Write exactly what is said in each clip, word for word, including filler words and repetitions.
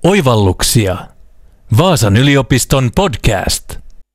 Oivalluksia. Vaasan yliopiston podcast.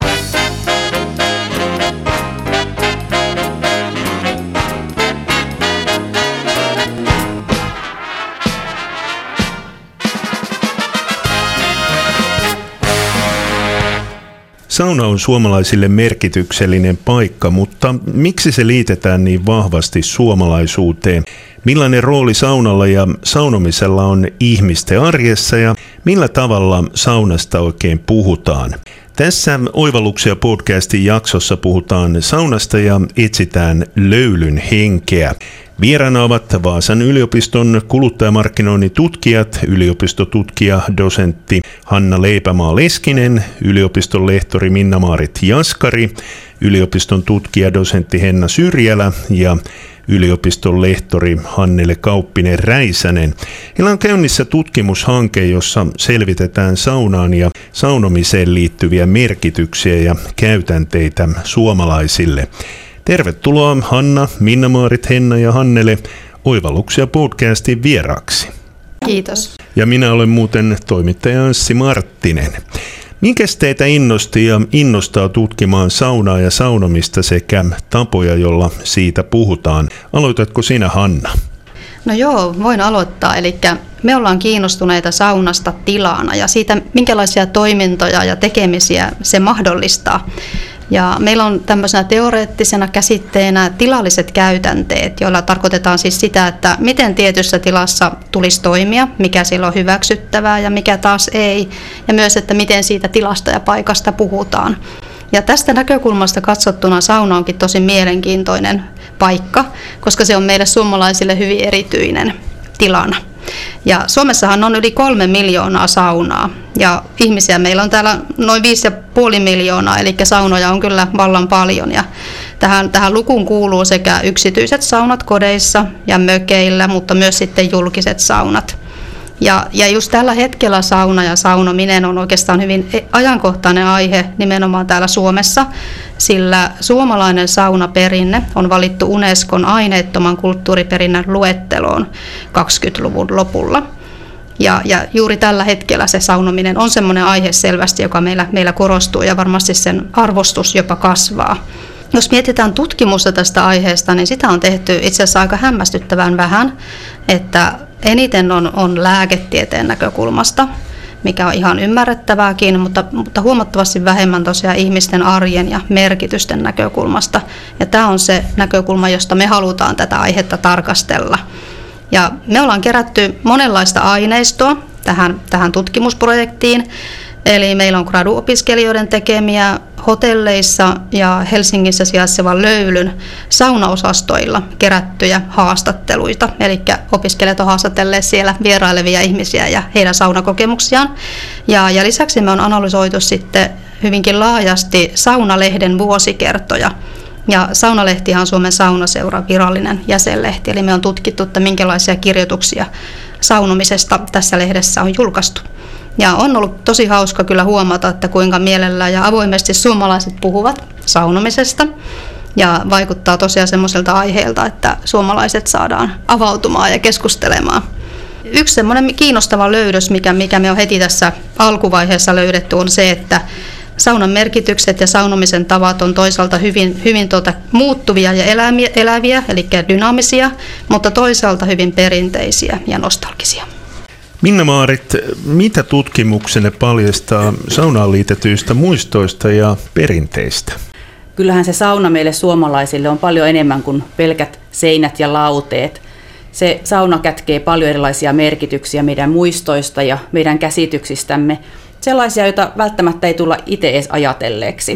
Sauna on suomalaisille merkityksellinen paikka, mutta miksi se liitetään niin vahvasti suomalaisuuteen? Millainen rooli saunalla ja saunomisella on ihmisten arjessa ja millä tavalla saunasta oikein puhutaan? Tässä Oivalluksia podcastin jaksossa puhutaan saunasta ja etsitään löylyn henkeä. Vieraana ovat Vaasan yliopiston kuluttajamarkkinoinnin tutkijat, yliopistotutkija, dosentti Hanna Leipämaa-Leskinen, yliopiston lehtori Minna-Maarit Jaskari, yliopiston tutkija, dosentti Henna Syrjälä ja yliopiston lehtori Hannele Kauppinen-Räisänen. Heillä on käynnissä tutkimushanke, jossa selvitetään saunaan ja saunomiseen liittyviä merkityksiä ja käytänteitä suomalaisille. Tervetuloa Hanna, Minna-Maarit, Henna ja Hannele Oivalluksia podcastin vieraaksi. Kiitos. Ja minä olen muuten toimittaja Anssi Marttinen. Minkäs teitä innosti ja innostaa tutkimaan saunaa ja saunomista sekä tapoja, jolla siitä puhutaan? Aloitatko sinä, Hanna? No joo, voin aloittaa. Eli me ollaan kiinnostuneita saunasta tilana ja siitä, minkälaisia toimintoja ja tekemisiä se mahdollistaa. Ja meillä on tämmöisenä teoreettisena käsitteenä tilalliset käytänteet, joilla tarkoitetaan siis sitä, että miten tietyssä tilassa tulisi toimia, mikä sillä on hyväksyttävää ja mikä taas ei, ja myös, että miten siitä tilasta ja paikasta puhutaan. Ja tästä näkökulmasta katsottuna sauna onkin tosi mielenkiintoinen paikka, koska se on meille suomalaisille hyvin erityinen tilana. Ja Suomessahan on yli kolme miljoonaa saunaa ja ihmisiä meillä on täällä noin viisi ja puoli miljoonaa, eli saunoja on kyllä vallan paljon. Ja tähän, tähän lukuun kuuluu sekä yksityiset saunat kodeissa ja mökeillä, mutta myös sitten julkiset saunat. Ja, ja just tällä hetkellä sauna ja saunominen on oikeastaan hyvin ajankohtainen aihe nimenomaan täällä Suomessa, sillä suomalainen saunaperinne on valittu Unescon aineettoman kulttuuriperinnön luetteloon kaksikymmentäluvun lopulla. Ja, ja juuri tällä hetkellä se saunominen on semmoinen aihe selvästi, joka meillä, meillä korostuu ja varmasti sen arvostus jopa kasvaa. Jos mietitään tutkimusta tästä aiheesta, niin sitä on tehty itse asiassa aika hämmästyttävän vähän, että eniten on, on lääketieteen näkökulmasta, mikä on ihan ymmärrettävääkin, mutta, mutta huomattavasti vähemmän tosiaan ihmisten arjen ja merkitysten näkökulmasta. Ja tämä on se näkökulma, josta me halutaan tätä aihetta tarkastella. Ja me ollaan kerätty monenlaista aineistoa tähän, tähän tutkimusprojektiin. Eli meillä on graduopiskelijoiden tekemiä hotelleissa ja Helsingissä sijaitsevan Löylyn saunaosastoilla kerättyjä haastatteluita. Eli opiskelijat on haastatelleet siellä vierailevia ihmisiä ja heidän saunakokemuksiaan. Ja, ja lisäksi me on analysoitu sitten hyvinkin laajasti Saunalehden vuosikertoja. Ja Saunalehtihan on Suomen saunaseuran virallinen jäsenlehti, eli me on tutkittu, että minkälaisia kirjoituksia saunomisesta tässä lehdessä on julkaistu. Ja on ollut tosi hauska kyllä huomata, että kuinka mielellään ja avoimesti suomalaiset puhuvat saunomisesta. Ja vaikuttaa tosiaan semmoiselta aiheelta, että suomalaiset saadaan avautumaan ja keskustelemaan. Yksi semmoinen kiinnostava löydös, mikä, mikä me on heti tässä alkuvaiheessa löydetty, on se, että saunan merkitykset ja saunomisen tavat on toisaalta hyvin, hyvin tuota, muuttuvia ja eläviä, eläviä, eli dynaamisia, mutta toisaalta hyvin perinteisiä ja nostalgisia. Minna-Maarit, mitä tutkimuksenne paljastaa saunaan liitetyistä muistoista ja perinteistä? Kyllähän se sauna meille suomalaisille on paljon enemmän kuin pelkät seinät ja lauteet. Se sauna kätkee paljon erilaisia merkityksiä meidän muistoista ja meidän käsityksistämme, sellaisia, joita välttämättä ei tulla itse edes ajatelleeksi.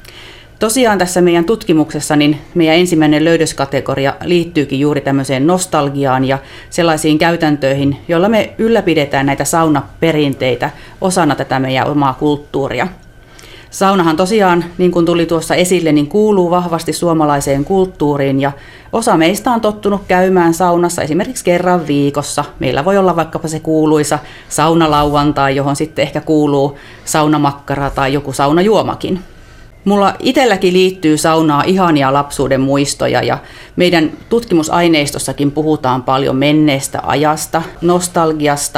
Tosiaan tässä meidän tutkimuksessa niin meidän ensimmäinen löydöskategoria liittyykin juuri tämmöiseen nostalgiaan ja sellaisiin käytäntöihin, joilla me ylläpidetään näitä saunaperinteitä osana tätä meidän omaa kulttuuria. Saunahan tosiaan, niin kuin tuli tuossa esille, niin kuuluu vahvasti suomalaiseen kulttuuriin ja osa meistä on tottunut käymään saunassa esimerkiksi kerran viikossa. Meillä voi olla vaikkapa se kuuluisa saunalauantai, johon sitten ehkä kuuluu saunamakkara tai joku saunajuomakin. Mulla itselläkin liittyy saunaa ihania lapsuuden muistoja ja meidän tutkimusaineistossakin puhutaan paljon menneestä ajasta, nostalgiasta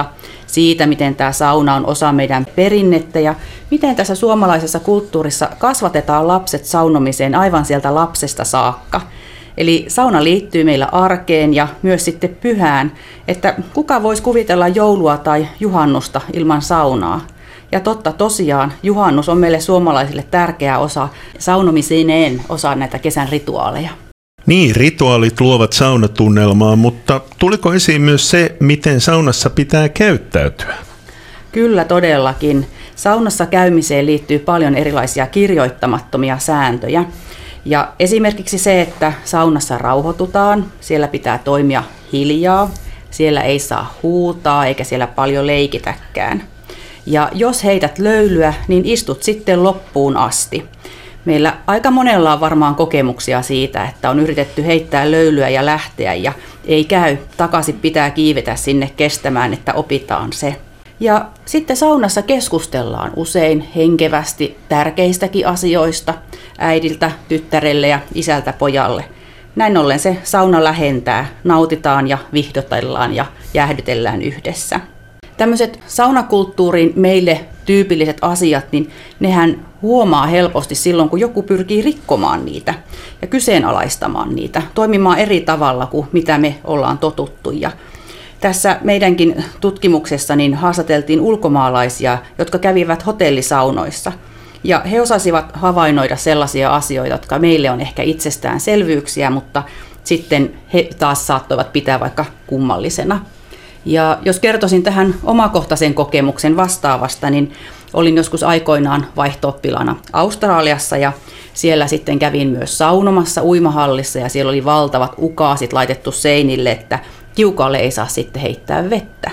siitä, miten tämä sauna on osa meidän perinnettä ja miten tässä suomalaisessa kulttuurissa kasvatetaan lapset saunomiseen aivan sieltä lapsesta saakka. Eli sauna liittyy meillä arkeen ja myös sitten pyhään, että kuka voisi kuvitella joulua tai juhannusta ilman saunaa. Ja totta tosiaan, juhannus on meille suomalaisille tärkeä osa, saunomisineen osa näitä kesän rituaaleja. Niin, rituaalit luovat saunatunnelmaa, mutta tuliko esiin myös se, miten saunassa pitää käyttäytyä? Kyllä todellakin. Saunassa käymiseen liittyy paljon erilaisia kirjoittamattomia sääntöjä. Ja esimerkiksi se, että saunassa rauhoitutaan, siellä pitää toimia hiljaa, siellä ei saa huutaa eikä siellä paljon leikitäkään. Ja jos heität löylyä, niin istut sitten loppuun asti. Meillä aika monella on varmaan kokemuksia siitä, että on yritetty heittää löylyä ja lähteä ja ei käy. Takaisin pitää kiivetä sinne kestämään, että opitaan se. Ja sitten saunassa keskustellaan usein henkevästi tärkeistäkin asioista äidiltä tyttärelle ja isältä pojalle. Näin ollen se sauna lähentää, nautitaan ja vihdotellaan ja jäähdytellään yhdessä. Tämmöiset saunakulttuuriin meille tyypilliset asiat, niin nehän huomaa helposti silloin, kun joku pyrkii rikkomaan niitä ja kyseenalaistamaan niitä, toimimaan eri tavalla kuin mitä me ollaan totuttu. Ja tässä meidänkin tutkimuksessa niin haastateltiin ulkomaalaisia, jotka kävivät hotellisaunoissa. Ja he osasivat havainnoida sellaisia asioita, jotka meille on ehkä itsestäänselvyyksiä, mutta sitten he taas saattoivat pitää vaikka kummallisena. Ja jos kertoisin tähän omakohtaisen kokemuksen vastaavasta, niin olin joskus aikoinaan vaihto-oppilana Australiassa ja siellä sitten kävin myös saunomassa uimahallissa ja siellä oli valtavat ukaasit laitettu seinille, että kiukaalle ei saa sitten heittää vettä.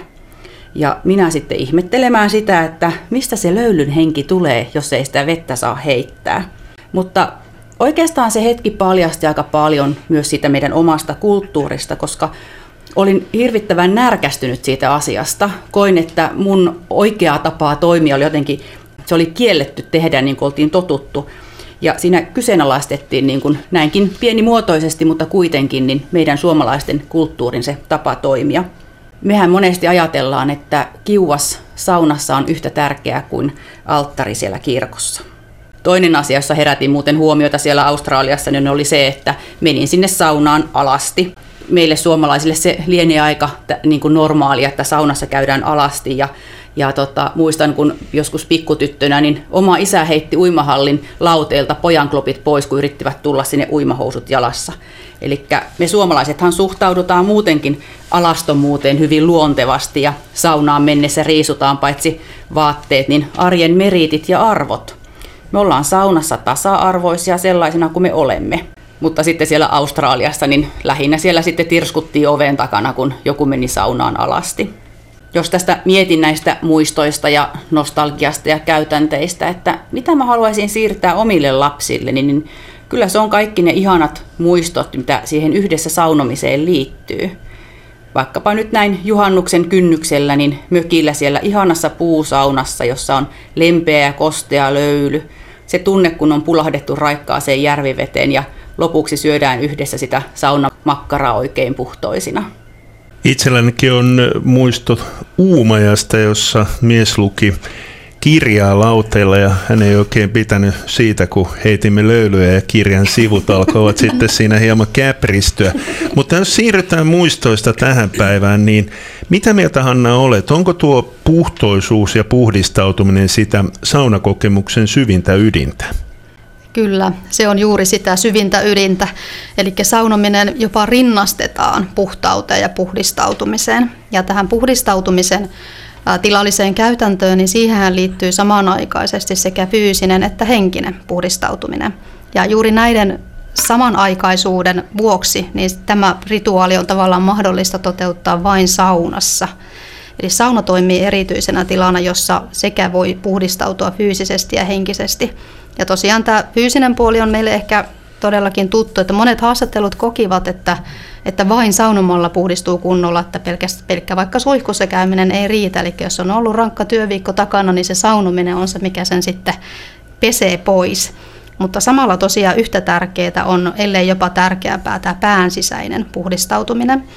Ja minä sitten ihmettelemään sitä, että mistä se löylyn henki tulee, jos ei sitä vettä saa heittää. Mutta oikeastaan se hetki paljasti aika paljon myös siitä meidän omasta kulttuurista, koska olin hirvittävän närkästynyt siitä asiasta. Koin, että mun oikea tapaa toimia oli jotenkin, se oli kielletty tehdä niin kuin oltiin totuttu. Ja siinä kyseenalaistettiin niin kuin näinkin pienimuotoisesti, mutta kuitenkin niin meidän suomalaisten kulttuurin se tapa toimia. Mehän monesti ajatellaan, että kiuas saunassa on yhtä tärkeä kuin alttari siellä kirkossa. Toinen asia, jossa herätin muuten huomiota siellä Australiassa, niin oli se, että menin sinne saunaan alasti. Meille suomalaisille se lienee aika niin kuin normaalia, että saunassa käydään alasti. Ja, ja tota, muistan, kun joskus pikkutyttönä, niin oma isä heitti uimahallin lauteelta pojanklopit pois, kun yrittivät tulla sinne uimahousut jalassa. Eli me suomalaisethan suhtaudutaan muutenkin alastomuuteen hyvin luontevasti ja saunaan mennessä riisutaan paitsi vaatteet, niin arjen meriitit ja arvot. Me ollaan saunassa tasa-arvoisia sellaisena kuin me olemme. Mutta sitten siellä Australiassa, niin lähinnä siellä sitten tirskuttiin oven takana, kun joku meni saunaan alasti. Jos tästä mietin näistä muistoista ja nostalgiasta ja käytänteistä, että mitä mä haluaisin siirtää omille lapsille, niin kyllä se on kaikki ne ihanat muistot, mitä siihen yhdessä saunomiseen liittyy. Vaikkapa nyt näin juhannuksen kynnyksellä, niin mökillä siellä ihanassa puusaunassa, jossa on lempeä ja kostea löyly. Se tunne, kun on pulahdettu raikkaaseen järviveteen ja lopuksi syödään yhdessä sitä saunamakkaraa oikein puhtoisina. Itsellänikin on muisto Uumajasta, jossa mies luki kirjaa lauteella ja hän ei oikein pitänyt siitä, kun heitimme löylyä ja kirjan sivut alkoivat sitten siinä hieman käpristyä. Mutta jos siirrytään muistoista tähän päivään, niin mitä mieltä, Hanna, olet? Onko tuo puhtoisuus ja puhdistautuminen sitä saunakokemuksen syvintä ydintä? Kyllä, se on juuri sitä syvintä ydintä. Eli saunominen jopa rinnastetaan puhtauteen ja puhdistautumiseen. Ja tähän puhdistautumisen tilalliseen käytäntöön, niin siihen liittyy samanaikaisesti sekä fyysinen että henkinen puhdistautuminen. Ja juuri näiden samanaikaisuuden vuoksi niin tämä rituaali on tavallaan mahdollista toteuttaa vain saunassa. Eli sauna toimii erityisenä tilana, jossa sekä voi puhdistautua fyysisesti ja henkisesti. Ja tosiaan tämä fyysinen puoli on meille ehkä todellakin tuttu, että monet haastattelut kokivat, että, että vain saunomalla puhdistuu kunnolla, että pelkkä, pelkkä vaikka suihkussa käyminen ei riitä. Eli jos on ollut rankka työviikko takana, niin se saunominen on se, mikä sen sitten pesee pois. Mutta samalla tosiaan yhtä tärkeää on, ellei jopa tärkeämpää, tämä pään sisäinen puhdistautuminen.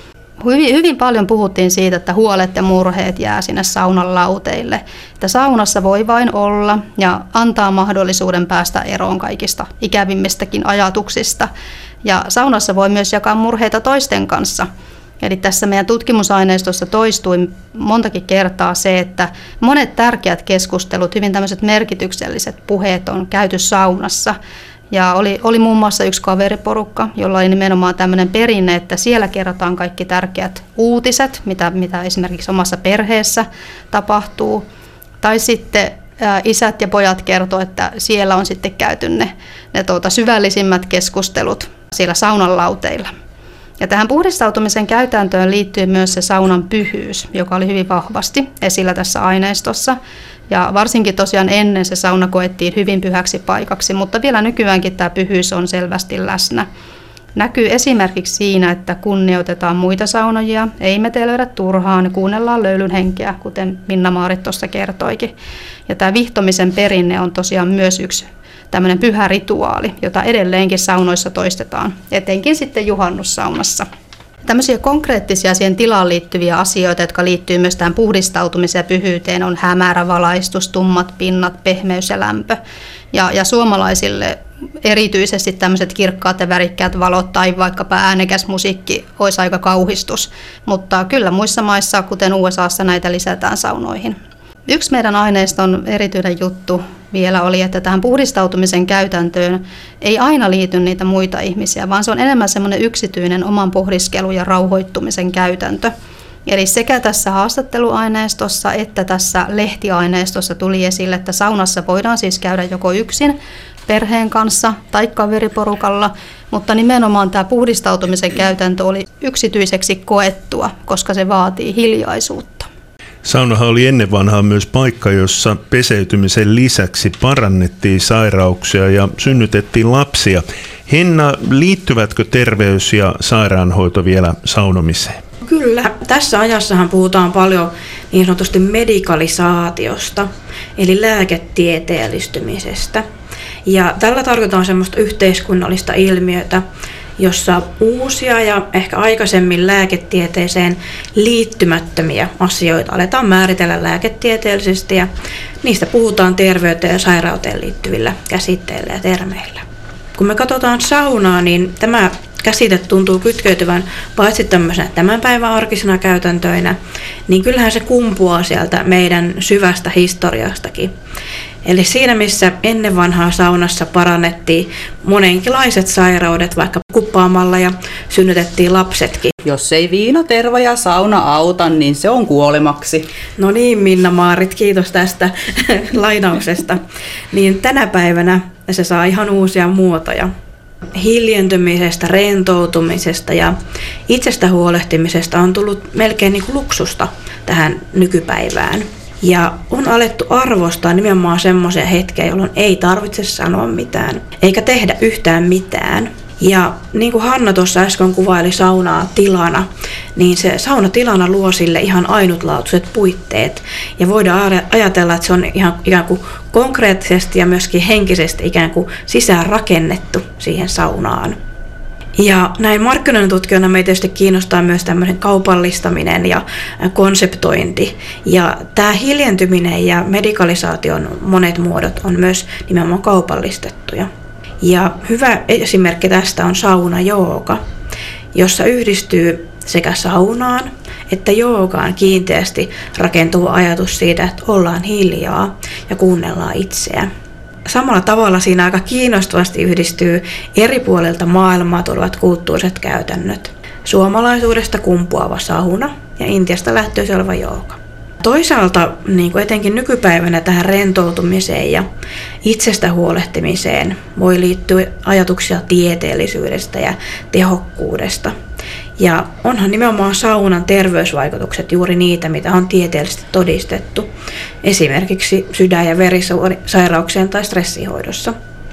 Hyvin, hyvin paljon puhuttiin siitä, että huolet ja murheet jää sinne saunan lauteille. Että saunassa voi vain olla ja antaa mahdollisuuden päästä eroon kaikista ikävimmistäkin ajatuksista. Ja saunassa voi myös jakaa murheita toisten kanssa. Eli tässä meidän tutkimusaineistossa toistui montakin kertaa se, että monet tärkeät keskustelut, hyvin tämmöiset merkitykselliset puheet on käyty saunassa. Ja oli, oli muun muassa yksi kaveriporukka, jolla oli nimenomaan tämmöinen perinne, että siellä kerrotaan kaikki tärkeät uutiset, mitä, mitä esimerkiksi omassa perheessä tapahtuu. Tai sitten ä, isät ja pojat kertoo, että siellä on sitten käyty ne, ne tuota, syvällisimmät keskustelut siellä saunan lauteilla. Ja tähän puhdistautumisen käytäntöön liittyy myös se saunan pyhyys, joka oli hyvin vahvasti esillä tässä aineistossa. Ja varsinkin tosiaan ennen se sauna koettiin hyvin pyhäksi paikaksi, mutta vielä nykyäänkin tämä pyhyys on selvästi läsnä. Näkyy esimerkiksi siinä, että kunnioitetaan muita saunojia, ei metelöidä turhaan, kuunnellaan löylyn henkeä, kuten Minna-Maarit tuossa kertoikin. Ja tämä vihtomisen perinne on tosiaan myös yksi tämmöinen pyhä rituaali, jota edelleenkin saunoissa toistetaan, etenkin sitten juhannussaunassa. Tämmöisiä konkreettisia siihen tilaan liittyviä asioita, jotka liittyy myös tähän puhdistautumiseen ja pyhyyteen, on hämärä valaistus, tummat pinnat, pehmeys ja lämpö. Ja, ja suomalaisille erityisesti tämmöiset kirkkaat ja värikkäät valot tai vaikkapa äänekäs musiikki olisi aika kauhistus, mutta kyllä muissa maissa, kuten U S A:ssa, näitä lisätään saunoihin. Yksi meidän aineiston erityinen juttu vielä oli, että tähän puhdistautumisen käytäntöön ei aina liity niitä muita ihmisiä, vaan se on enemmän semmoinen yksityinen oman pohdiskelun ja rauhoittumisen käytäntö. Eli sekä tässä haastatteluaineistossa että tässä lehtiaineistossa tuli esille, että saunassa voidaan siis käydä joko yksin perheen kanssa tai kaveriporukalla, mutta nimenomaan tämä puhdistautumisen käytäntö oli yksityiseksi koettua, koska se vaatii hiljaisuutta. Saunahan oli ennen vanhaa myös paikka, jossa peseytymisen lisäksi parannettiin sairauksia ja synnytettiin lapsia. Henna, liittyvätkö terveys ja sairaanhoito vielä saunomiseen? Kyllä. Tässä ajassahan puhutaan paljon niin sanotusti medikalisaatiosta, eli lääketieteellistymisestä. Ja tällä tarkoitaan semmoista yhteiskunnallista ilmiötä, jossa uusia ja ehkä aikaisemmin lääketieteeseen liittymättömiä asioita aletaan määritellä lääketieteellisesti ja niistä puhutaan terveyteen ja sairauteen liittyvillä käsitteillä ja termeillä. Kun me katsotaan saunaa, niin tämä käsite tuntuu kytkeytyvän paitsi tämmöisenä tämän päivän arkisena käytäntöinä, niin kyllähän se kumpuaa sieltä meidän syvästä historiastakin. Eli siinä, missä ennen vanhaa saunassa parannettiin monenlaiset sairaudet, vaikka kuppaamalla ja synnytettiin lapsetkin. Jos ei viina, terva ja sauna auta, niin se on kuolemaksi. No niin, Minna-Maarit, kiitos tästä lainauksesta. Niin tänä päivänä se saa ihan uusia muotoja. Hiljentymisestä, rentoutumisesta ja itsestä huolehtimisesta on tullut melkein niin kuin luksusta tähän nykypäivään. Ja on alettu arvostaa nimenomaan semmoisia hetkiä, jolloin ei tarvitse sanoa mitään, eikä tehdä yhtään mitään. Ja niin kuin Hanna tuossa äsken kuvaili saunaa tilana, niin se sauna tilana luo sille ihan ainutlaatuiset puitteet. Ja voidaan ajatella, että se on ihan ikään kuin konkreettisesti ja myöskin henkisesti ikään kuin sisään rakennettu siihen saunaan. Ja näin markkinointitutkijoina meitä tietysti kiinnostaa myös tämmöinen kaupallistaminen ja konseptointi. Ja tämä hiljentyminen ja medikalisaation monet muodot on myös nimenomaan kaupallistettuja. Ja hyvä esimerkki tästä on saunajooga, jossa yhdistyy sekä saunaan että joogaan kiinteästi rakentuva ajatus siitä, että ollaan hiljaa ja kuunnellaan itseä. Samalla tavalla siinä aika kiinnostavasti yhdistyy eri puolilta maailmaa tulevat kulttuuriset käytännöt. Suomalaisuudesta kumpuava sauna ja Intiasta lähtöisin oleva jooga. Toisaalta niin kuin etenkin nykypäivänä tähän rentoutumiseen ja itsestä huolehtimiseen voi liittyä ajatuksia tieteellisyydestä ja tehokkuudesta. Ja onhan nimenomaan saunan terveysvaikutukset juuri niitä, mitä on tieteellisesti todistettu, esimerkiksi sydän- ja verisairauksien tai stressihoidossa.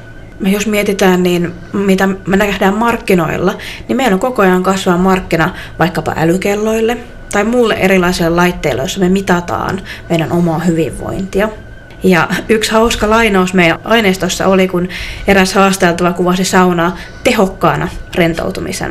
Jos mietitään, niin mitä me nähdään markkinoilla, niin meillä on koko ajan kasvava markkina vaikkapa älykelloille tai muulle erilaisille laitteille, joissa me mitataan meidän omaa hyvinvointia. Ja yksi hauska lainaus meidän aineistossa oli, kun eräs haasteltava kuvasi saunaa tehokkaana rentoutumisena.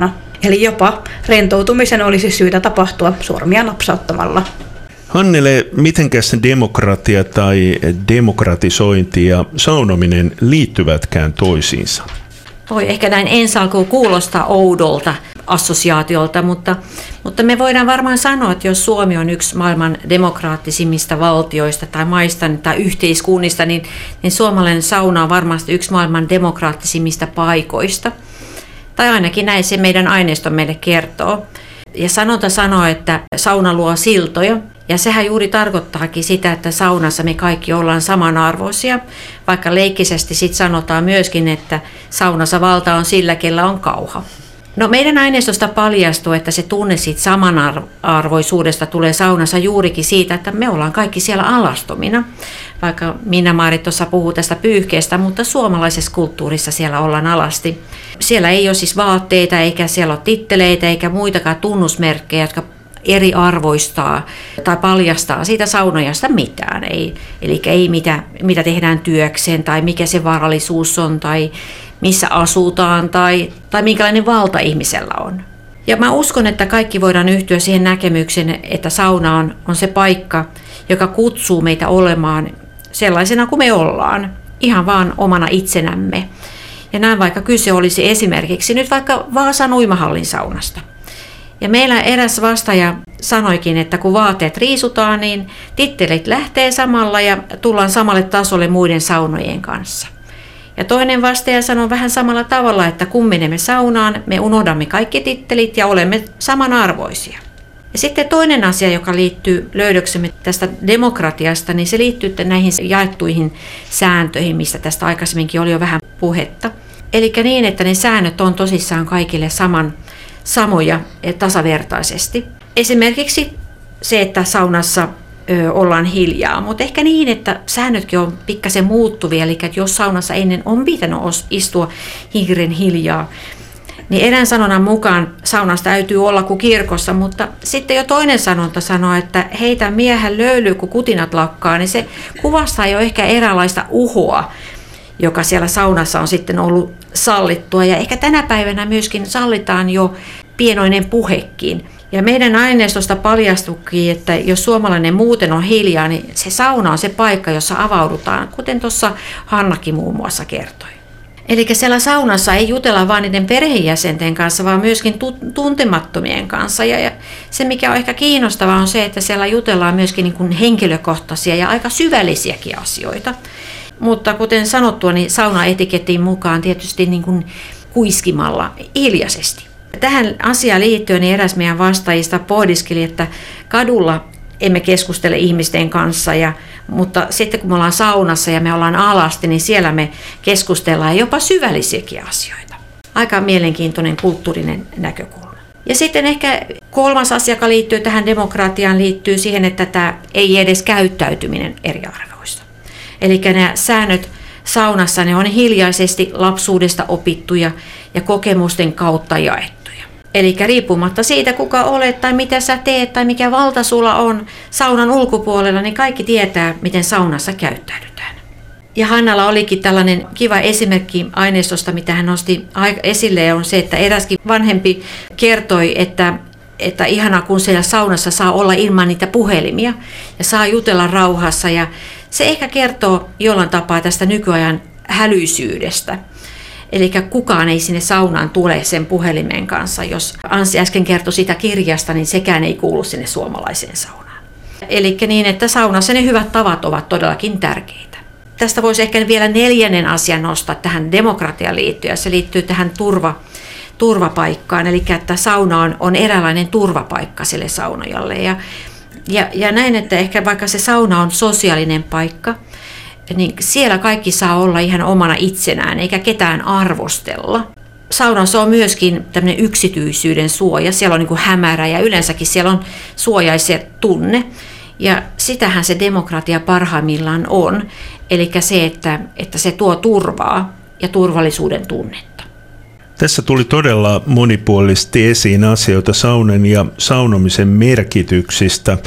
Eli jopa rentoutumisen olisi syytä tapahtua sormia napsauttamalla. Hannele, mitenkäs demokratia tai demokratisointi ja saunominen liittyvätkään toisiinsa? Voi ehkä näin ensi alkuun kuulostaa oudolta assosiaatiolta, mutta, mutta me voidaan varmaan sanoa, että jos Suomi on yksi maailman demokraattisimmista valtioista tai maista tai yhteiskunnista, niin, niin suomalainen sauna on varmasti yksi maailman demokraattisimmista paikoista. Tai ainakin näin se meidän aineisto meille kertoo. Ja sanonta sanoo, että sauna luo siltoja. Ja sehän juuri tarkoittaakin sitä, että saunassa me kaikki ollaan samanarvoisia, vaikka leikkisesti sitten sanotaan myöskin, että saunassa valta on sillä, kellä on kauha. No meidän aineistosta paljastuu, että se tunne siitä samanarvoisuudesta tulee saunassa juurikin siitä, että me ollaan kaikki siellä alastomina. Vaikka Minna-Maarit tuossa puhuu tästä pyyhkeestä, mutta suomalaisessa kulttuurissa siellä ollaan alasti. Siellä ei ole siis vaatteita, eikä siellä ole titteleitä, eikä muitakaan tunnusmerkkejä, jotka eriarvoistaa tai paljastaa siitä saunojasta mitään. Ei, eli ei mitä, mitä tehdään työkseen tai mikä se varallisuus on tai missä asutaan tai, tai minkälainen valta ihmisellä on. Ja mä uskon, että kaikki voidaan yhtyä siihen näkemykseen, että sauna on, on se paikka, joka kutsuu meitä olemaan sellaisena kuin me ollaan, ihan vaan omana itsenämme. Ja näin vaikka kyse olisi esimerkiksi nyt vaikka Vaasan uimahallin saunasta. Ja meillä eräs vastaaja sanoikin, että kun vaatteet riisutaan, niin tittelit lähtee samalla ja tullaan samalle tasolle muiden saunojen kanssa. Ja toinen vastaaja sanoi vähän samalla tavalla, että kun menemme saunaan, me unohdamme kaikki tittelit ja olemme samanarvoisia. Ja sitten toinen asia, joka liittyy löydöksemme tästä demokratiasta, niin se liittyy näihin jaettuihin sääntöihin, mistä tästä aikaisemminkin oli jo vähän puhetta. Eli niin, että ne säännöt on tosissaan kaikille saman samoja tasavertaisesti. Esimerkiksi se, että saunassa ö, ollaan hiljaa, mutta ehkä niin, että säännötkin on pikkasen muuttuvia, eli että jos saunassa ennen on pitänyt istua hirren hiljaa, niin erään sanonnan mukaan saunassa täytyy olla kuin kirkossa, mutta sitten jo toinen sanonta sanoo, että heitä miehen löylyy, kun kutinat lakkaa, niin se kuvastaa jo ehkä eräänlaista uhoa, joka siellä saunassa on sitten ollut sallittua. Ja ehkä tänä päivänä myöskin sallitaan jo pienoinen puhekin. Ja meidän aineistosta paljastukin, että jos suomalainen muuten on hiljaa, niin se sauna on se paikka, jossa avaudutaan, kuten tuossa Hannakin muun muassa kertoi. Eli siellä saunassa ei jutella vain niiden perheenjäsenten kanssa, vaan myöskin tuntemattomien kanssa. Ja se, mikä on ehkä kiinnostavaa, on se, että siellä jutellaan myöskin niin kuin henkilökohtaisia ja aika syvällisiäkin asioita. Mutta kuten sanottua, niin saunaetikettiin mukaan tietysti niin kuin kuiskimalla hiljaisesti. Tähän asiaan liittyen niin eräs meidän vastaajista pohdiskeli, että kadulla emme keskustele ihmisten kanssa, ja, mutta sitten kun me ollaan saunassa ja me ollaan alasti, niin siellä me keskustellaan jopa syvällisiäkin asioita. Aika mielenkiintoinen kulttuurinen näkökulma. Ja sitten ehkä kolmas asia, joka liittyy tähän demokratiaan, liittyy siihen, että tämä ei edes käyttäytyminen eriarvoista. Eli nämä säännöt saunassa ne on hiljaisesti lapsuudesta opittuja ja kokemusten kautta jaettuja. Eli riippumatta siitä, kuka olet tai mitä sä teet tai mikä valta sulla on saunan ulkopuolella, niin kaikki tietää, miten saunassa käyttäydytään. Ja Hannalla olikin tällainen kiva esimerkki aineistosta, mitä hän nosti esille, on se, että eräskin vanhempi kertoi, että että ihanaa, kun siellä saunassa saa olla ilman niitä puhelimia ja saa jutella rauhassa. Ja se ehkä kertoo jollain tapaa tästä nykyajan hälyisyydestä. Eli kukaan ei sinne saunaan tule sen puhelimen kanssa. Jos Anssi äsken kertoi sitä kirjasta, niin sekään ei kuulu sinne suomalaiseen saunaan. Eli niin, että saunassa ne hyvät tavat ovat todellakin tärkeitä. Tästä voisi ehkä vielä neljännen asian nostaa tähän demokratiaan liittyen. Se liittyy tähän turva, turvapaikkaan. Eli että sauna on, on eräänlainen turvapaikka sille saunojalle. Ja, ja, ja näin, että ehkä vaikka se sauna on sosiaalinen paikka, niin siellä kaikki saa olla ihan omana itsenään, eikä ketään arvostella. Saunassa on myöskin tämmöinen yksityisyyden suoja, siellä on niin kuin hämärä ja yleensäkin siellä on suojaisen tunne. Ja sitähän se demokratia parhaimmillaan on, eli se, että, että se tuo turvaa ja turvallisuuden tunnetta. Tässä tuli todella monipuolisesti esiin asioita saunan ja saunomisen merkityksistä.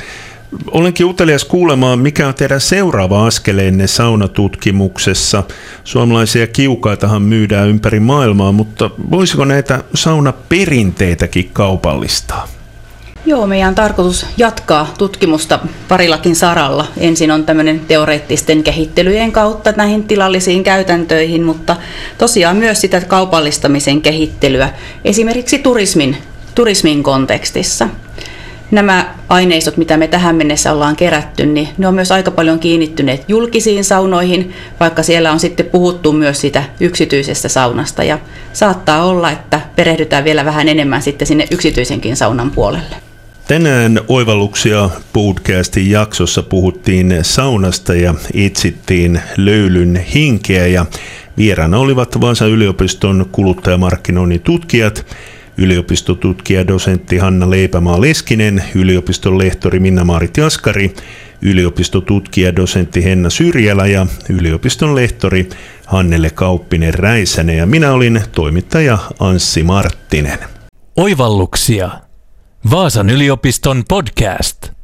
Olenkin utelias kuulemaan, mikä on teidän seuraava askeleenne saunatutkimuksessa. Suomalaisia kiukaitahan myydään ympäri maailmaa, mutta voisiko näitä saunaperinteitäkin kaupallistaa? Joo, meidän on tarkoitus jatkaa tutkimusta parillakin saralla. Ensin on tämmöinen teoreettisten kehittelyjen kautta näihin tilallisiin käytäntöihin, mutta tosiaan myös sitä kaupallistamisen kehittelyä, esimerkiksi turismin, turismin kontekstissa. Nämä aineistot, mitä me tähän mennessä ollaan kerätty, niin ne on myös aika paljon kiinnittyneet julkisiin saunoihin, vaikka siellä on sitten puhuttu myös sitä yksityisestä saunasta. Ja saattaa olla, että perehdytään vielä vähän enemmän sitten sinne yksityisenkin saunan puolelle. Tänään Oivalluksia podcastin jaksossa puhuttiin saunasta ja etsittiin löylyn hinkeä ja vieraana olivat Vaasan yliopiston kuluttajamarkkinoinnin tutkijat, yliopistotutkija dosentti Hanna Leipämaa-Leskinen, yliopiston lehtori Minna-Maarit Jaskari, yliopistotutkija dosentti Henna Syrjälä ja yliopiston lehtori Hannele Kauppinen-Räisänen ja minä olin toimittaja Anssi Marttinen. Oivalluksia. Vaasan yliopiston podcast.